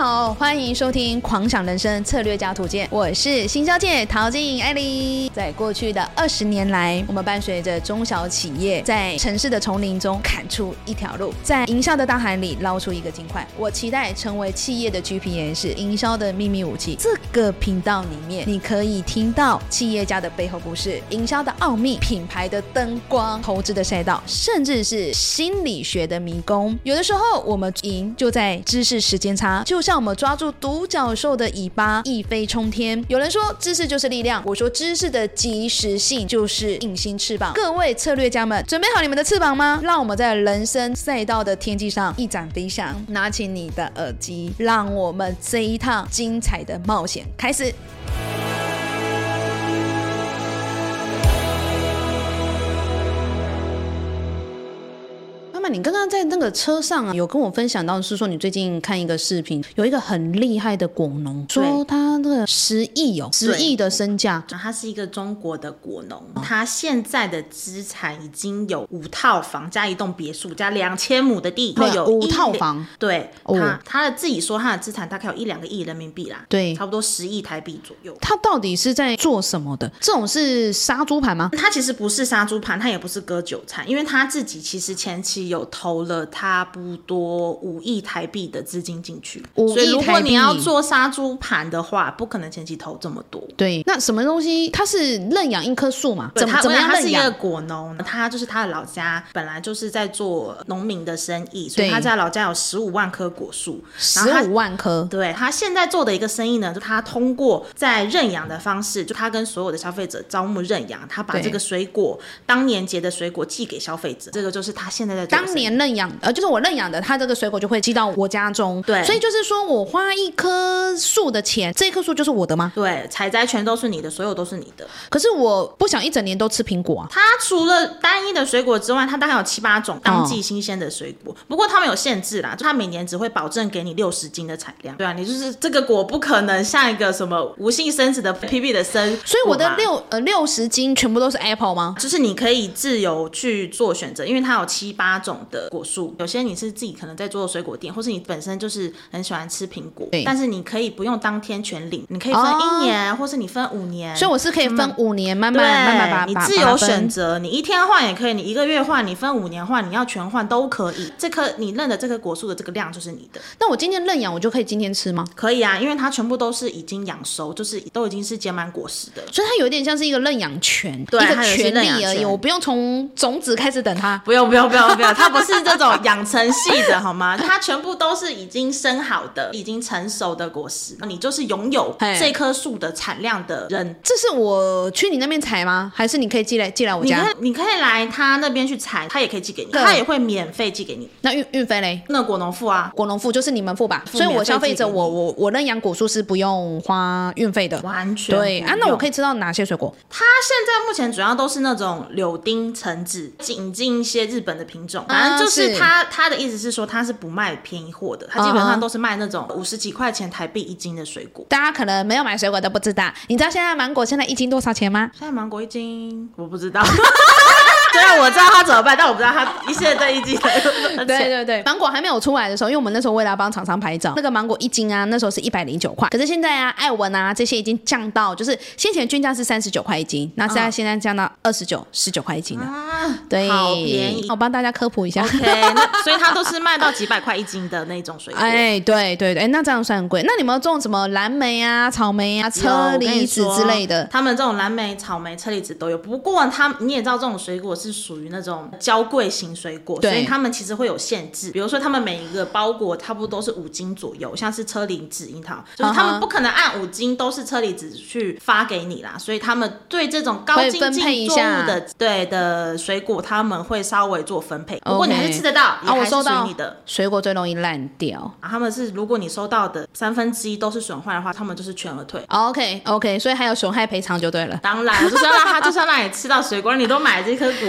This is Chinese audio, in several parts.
好，欢迎收听狂想人生策略家图鉴，我是行销界陶晶艾莉。在过去的20年来，我们伴随着中小企业在城市的丛林中砍出一条路，在营销的大海里捞出一个金块。我期待成为企业的 GPS， 营销的秘密武器。这个频道里面，你可以听到企业家的背后故事、营销的奥秘、品牌的灯光、投资的赛道，甚至是心理学的迷宫。有的时候我们赢就在知识时间差，就像我们抓住独角兽的尾巴一飞冲天。有人说知识就是力量，我说知识的及时性就是隐形翅膀。各位策略家们，准备好你们的翅膀吗？让我们在人生赛道的天际上一展飞翔。拿起你的耳机，让我们这一趟精彩的冒险开始。你刚刚在那个车上啊，有跟我分享到是说你最近看一个视频，有一个很厉害的果农，说他那个10亿的身价， 他是一个中国的果农，他现在的资产已经有5套房加1栋别墅加2000亩的地，有 5套房， 对，他自己说他的资产大概有1-2个亿人民币啦， 对， 差不多10亿台币左右。 他到底是在做什么的？这种是杀猪盘吗？ 他其实不是杀猪盘，他也不是割韭菜，因为他自己其实前期有投了差不多5亿台币的资金进去，所以如果你要做杀猪盘的话，不可能前期投这么多。 对，那什么东西？他是认养一棵树嘛？怎么样认养？ 他是一个果农，他就是他的老家本来就是在做农民的生意，所以他在老家有15万棵果树 ，15万棵。 对，他现在做的一个生意呢，就他通过在认养的方式，就他跟所有的消费者招募认养，他把这个水果当年节的水果寄给消费者，这个就是他现在在做的生意。 当年认养，就是我认养的，他这个水果就会寄到我家中。 对， 所以就是说我花一棵树的钱，这棵树就是我的吗？ 对，采摘权都是你的，所有都是你的。 可是我不想一整年都吃苹果啊。 它除了单一的水果之外，它大概有7-8种当季新鲜的水果，不过他们有限制啦，就它每年只会保证给你60斤的产量。对啊，你就是这个果不可能像一个什么无性生殖的 PB 的生， 所以我的60斤全部都是 Apple 吗？ 就是你可以自由去做选择，因为它有7-8种的果树，有些你是自己可能在做水果店，或是你本身就是很喜欢吃苹果，但是你可以不用当天全领，你可以分1年，或是你分5年， 所以我是可以分5年慢慢把你自由选择，你1天换也可以，你1个月换，你分5年换，你要全换都可以。这颗你认的这颗果树的这个量就是你的。 那我今天认养，我就可以今天吃吗？ 可以啊，因为它全部都是已经养熟，就是都已经是结满果实的， 所以它有点像是一个认养权， 对， 一个权利而已，我不用从种子开始等它。 不用，它不是这种养成系的好吗？它全部都是已经生好的、已经成熟的果实，你就是拥有这棵树的产量的人。 这是我去你那边采吗？还是你可以寄来我家？ 你可以来他那边去采，他也可以寄给你，他也会免费寄给你。 那运费嘞？ 那果农付啊， 果农付就是你们付吧。所以我消费者我认养果树是不用花运费的， 完全对啊。那我可以吃到哪些水果？ 它现在目前主要都是那种柳丁、橙子，引进一些日本的品种，反正就是他的意思是说他是不卖便宜货的，他基本上都是卖那种50几块钱台币1斤的水果。 大家可能没有买水果都不知道，你知道现在芒果现在1斤多少钱吗？ 现在芒果1斤我不知道。虽然我知道他怎么办，但我不知道他现在1斤的。 对，芒果还没有出来的时候，因为我们那时候为了要帮厂商拍照，那个芒果1斤啊，那时候是109块。可是现在啊，艾文啊这些已经降到，就是先前均价是39块1斤，那现在降到19块1斤了。对， 好便宜。 我帮大家科普一下。 OK， 所以它都是卖到几百块1斤的那种水果。 哎，对，那这样算很贵。那你们有种什么蓝莓啊、草莓啊、车厘子之类的？ 他们这种蓝莓、草莓、车厘子都有。不过你也知道，这种水果是属于那种娇贵型水果，所以他们其实会有限制。比如说，他们每一个包裹差不多都是5斤左右，像是车厘子、樱桃，就是他们不可能按5斤都是车厘子去发给你啦。所以他们对这种高经济作物的水果，他们会稍微做分配。不过你还是吃得到，也还是属于你的。 水果最容易烂掉他们是如果你收到的1/3都是损坏的话，他们就是全额退。 OK， 所以还有损害赔偿就对了。 当然，就是要让你吃到水果，你都买这颗果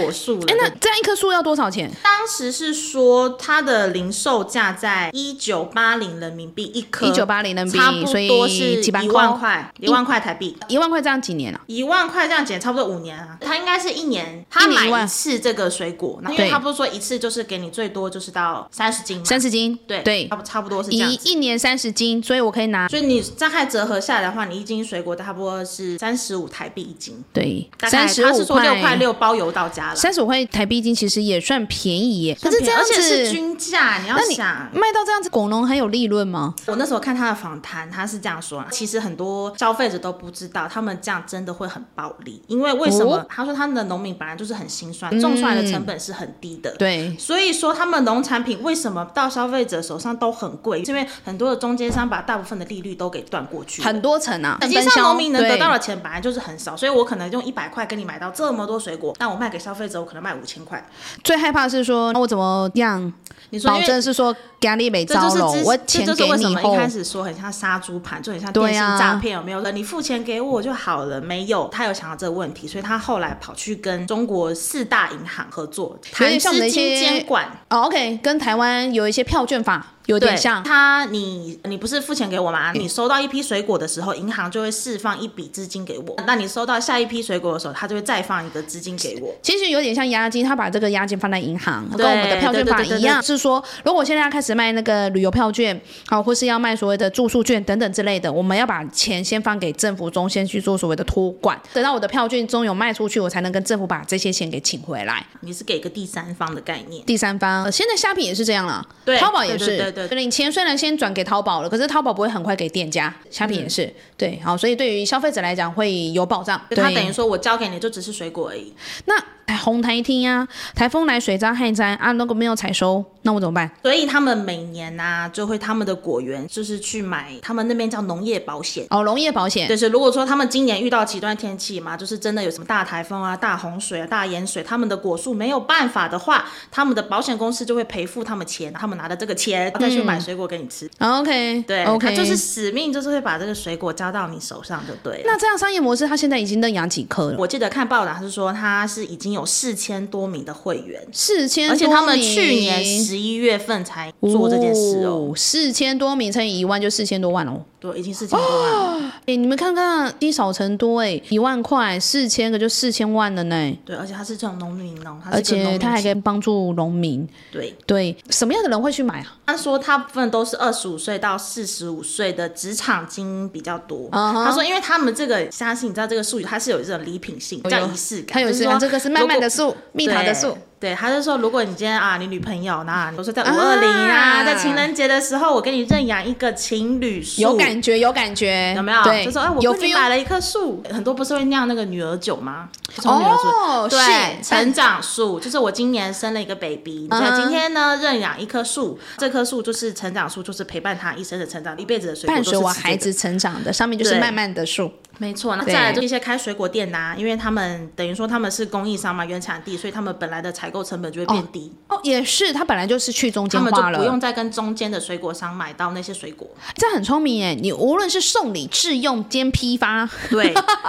果树了。 那这样一棵树要多少钱？ 当时是说它的零售价在1980人民币一棵 ，1980人民币， 差不多是几百 1万块，1万块台币。 1万块这样几年啊 ？1万块这样减差不多5年啊。它应该是1年，他买一次这个水果，因为他不是说一次就是给你最多就是到30斤嘛 ，30斤， 对，差不多是这样子。 一年30斤，所以我可以拿， 所以你大概折合下来的话，你一斤水果差不多是35台币一斤。 对， 大概他是说6块6包邮到家了。 35块台币一斤其实也算便宜耶，可是这样子而且是均价，你要想卖到这样子，果农还有利润吗？ 我那时候看他的访谈，他是这样说，其实很多消费者都不知道，他们这样真的会很暴利，因为什么？他说他们的农民本来就是很心酸，种出来的成本是很低的， 对， 所以说他们农产品为什么到消费者手上都很贵？是因为很多的中间商把大部分的利率都给断过去， 很多层啊， 实际上农民能得到的钱本来就是很少，所以我可能用100块跟你买到这么多水果，但我卖给消费者，我可能卖5000块。 最害怕的是说，我怎么样？ 你说保证是说压力没招了，我钱给你后， 这就是为什么一开始说很像杀猪盘，就很像电信诈骗，有没有？你付钱给我就好了，没有，他有想到这个问题，所以他后来跑去跟中国4大银行合作，谈资金监管。 OK， 跟台湾有一些票券法。有点像你不是付钱给我吗？你收到一批水果的时候，银行就会释放一笔资金给我。那你收到下一批水果的时候，他就会再放一个资金给我。 其实有点像押金，他把这个押金放在银行，跟我们的票券法一样，是说如果我现在要开始卖那个旅游票券，好，或是要卖所谓的住宿券等等之类的，我们要把钱先放给政府中，先去做所谓的托管，等到我的票券中有卖出去，我才能跟政府把这些钱给请回来。 你是给一个第三方的概念。 第三方，现在虾皮也是这样了，淘宝也是。对，你钱虽然先转给淘宝了，可是淘宝不会很快给店家，虾皮也是。对，好，所以对于消费者来讲会有保障。 他等于说我交给你就只是水果而已。 那红台厅啊，台风来水灾害灾啊，如果没有采收，那我怎么办？ 所以他们每年啊，就会他们的果园就是去买，他们那边叫农业保险。 农业保险。 就是如果说他们今年遇到极端天气嘛，就是真的有什么大台风啊、大洪水啊、大淹水，他们的果树没有办法的话，他们的保险公司就会赔付他们钱，他们拿着这个钱再去买水果给你吃。 OK， 对，他就是使命，就是会把这个水果交到你手上就对了。 那这样商业模式，他现在已经认养几颗了？ 我记得看报道是说，他是已经有4000多名的会员 ，4000多名， 而且他们去年11月份才做这件事哦。 4000多名乘以1万就4000多万哦。 对，已经4000多万了。 你们看看积少成多，1万块4000个就4000万了呢。 对，而且他是这种农民农， 而且他还可以帮助农民。对，什么样的人会去买啊？ 他说大部分都是25岁到45岁的职场精英比较多。他说，因为他们这个相信你知道这个术语，它是有这种礼品性，叫仪式感。 它有仪式感，这个是慢慢的树，蜜桃的树。 对，他就说，如果你今天啊，你女朋友那你都是在520啊，在情人节的时候，我给你认养一个情侣树， 有感觉，有没有？ 对， 就说我给你买了一棵树，很多不是会酿那个女儿酒吗？对，成长树，就是我今年生了一个 baby， 你在今天呢认养一棵树，这棵树就是成长树，就是陪伴他一生的成长，一辈子的水果都是伴随我孩子成长的，上面就是慢慢的树。 没错，那再来就一些开水果店啊，因为他们等于说他们是供应商嘛，原产地，所以他们本来的采购成本就会变低。 也是，他本来就是去中间化了， 他们就不用再跟中间的水果商买到那些水果。 这很聪明耶！你无论是送礼、自用兼批发， 对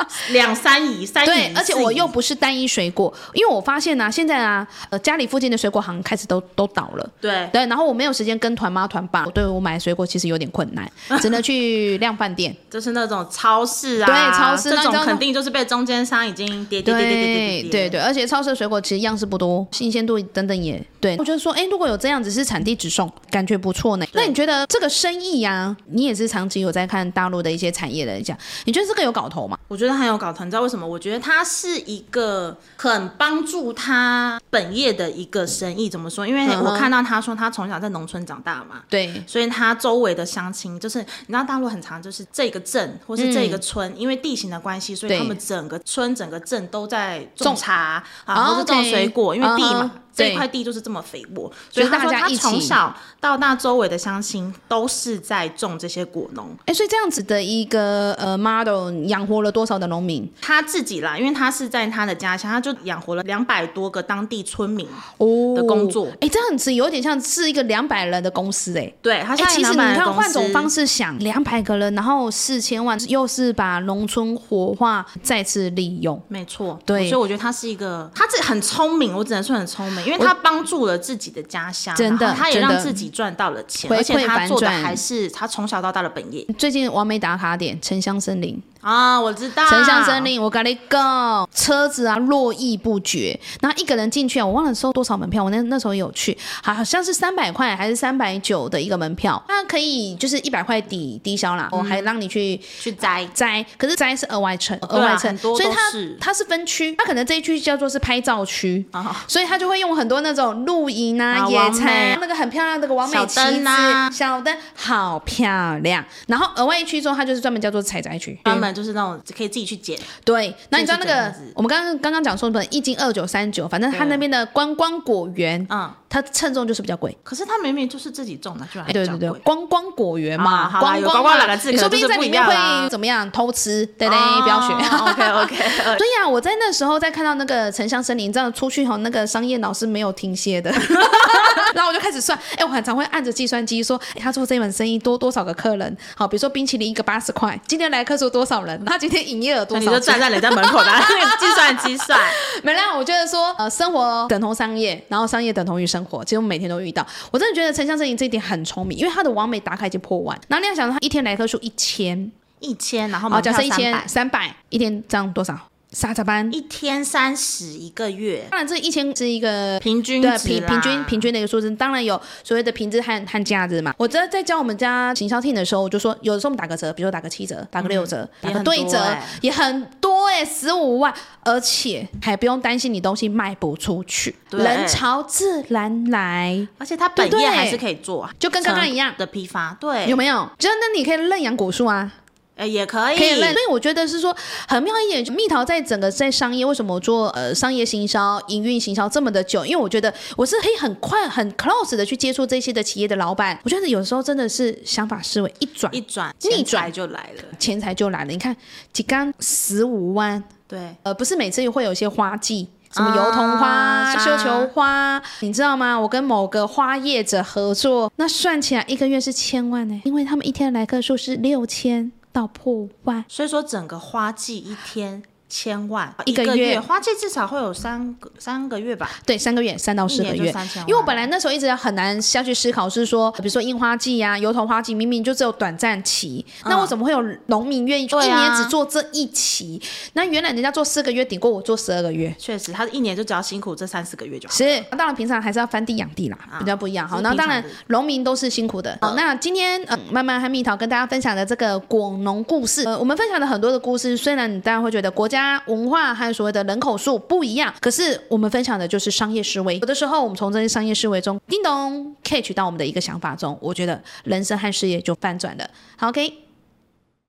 ，2、3宜， 对，而且我又不是单一水果，因为我发现现在啊，家里附近的水果行开始都倒了。 对， 然后我没有时间跟团妈团爸，对我买水果其实有点困难，只能去量贩店， 就是那种超市啊。 对，超市这种肯定就是被中间商已经跌， 对，而且超市的水果其实样式不多，新鲜度等等也对。我觉得说，如果有这样子是产地直送，感觉不错呢。那你觉得这个生意啊，你也是长期有在看大陆的一些产业来讲，你觉得这个有搞头吗？ 我觉得很有搞头，你知道为什么？我觉得它是一个很帮助他本业的一个生意。怎么说？因为我看到他说他从小在农村长大嘛， 对， 所以他周围的乡亲就是你知道大陆很常就是这个镇或是这个村，因为地形的关系，所以他们整个村整个镇都在种茶啊，或是种水果，因为地嘛。 这一块地就是这么肥沃，所以他说他从小到大周围的乡亲都是在种这些果农。 所以这样子的一个model 养活了多少的农民？ 他自己啦，因为他是在他的家乡，他就养活了200多个当地村民的工作。 这样子有点像是一个200人的公司对，他现在其实你看换种方式想，200个人，然后4000万，又是把农村活化再次利用。 没错， 对， 所以我觉得他是一个，他自己很聪明，我只能说很聪明，因为他帮助了自己的家乡， 真的， 他也让自己赚到了钱，而且他做的还是他从小到大的本业。 最近完美打卡点城乡森林啊，我知道城乡森林，我跟你讲，车子啊络绎不绝，然后一个人进去啊，我忘了收多少门票，我那时候有去，好像是300块还是390的一个门票，它可以就是100块低消啦，我还让你去摘，可是摘是额外称，所以它是分区，它可能这一区叫做是拍照区，所以它就会用很多那种露营啊、野餐，那个很漂亮那个完美旗子、小灯，好漂亮。然后额外一区之后，它就是专门叫做采摘区， 专门就是那种可以自己去捡。 对，那你知道那个我们刚刚讲说的1斤2939，反正它那边的观光果园，它称重就是比较贵。 可是它明明就是自己种的，居然还比较贵。对，观光果园嘛， 好啦，有观光2个字， 你说不定在里面会怎么样偷吃？对，不要学。 OK。 所以啊，我在那时候在看到那个城乡森林，这样出去那个商业脑是没有停歇的。然后我就开始算，我很常会按着计算机说，他做这门生意多少个客人？好，比如说冰淇淋一个80块，今天来客数多少人？他今天营业额多少？ 你就站在人家门口拿计算。 没啦，我觉得说生活等同商业，然后商业等同于生活，其实我们每天都遇到。我真的觉得城乡森林这一点很聪明，因为他的网美打卡已经破万，然后你要想他一天来客数1000， 然后假设 300，一天这样多少？30班一天30，一个月。 当然这1000是一个平均对值平均的一个数字，当然有所谓的平日和假日嘛。我在教我们家行销 team 的时候，我就说有的时候我们打个折，比如说打个7折，打个6折，打个对折也很多15万，而且还不用担心你东西卖不出去，人潮自然来， 而且它本业还是可以做， 就跟刚刚一样的批发，对， 有没有？真的你可以认养果树啊。 也可以认，所以我觉得是说很妙一点。蜜桃在整个在商业，为什么我做商业行销、营运行销这么的久？因为我觉得我是可以很快、很 close 的去接触这些的企业的老板。我觉得有时候真的是想法思维一转， 逆转就来了， 钱财就来了。你看，几缸15万， 对， 不是每次会有一些花季。什么油桐花、绣球花，你知道吗？我跟某个花业者合作，那算起来一个月是1000万呢，因为他们一天的来客数是6000到破万， 所以说整个花季一天1000万， 一个月花季至少会有3个月吧？ 对，3个月，3到4个月。因为我本来那时候一直很难下去思考，是说，比如说樱花季啊、油桐花季，明明就只有短暂期，那为什么会有农民愿意一年只做这一期？那原来人家做4个月，顶过我做12个月。 确实，他一年就只要辛苦这3-4个月就好。 是，当然平常还是要翻地养地啦，比较不一样。好，然后当然农民都是辛苦的。好，那今天慢慢和蜜桃跟大家分享的这个果农故事，我们分享了很多的故事，虽然你当然会觉得国家文化和所谓的人口数不一样，可是我们分享的就是商业思维。有的时候我们从这些商业思维中叮咚 catch 到我们的一个想法中，我觉得人生和事业就翻转了。好 ，OK。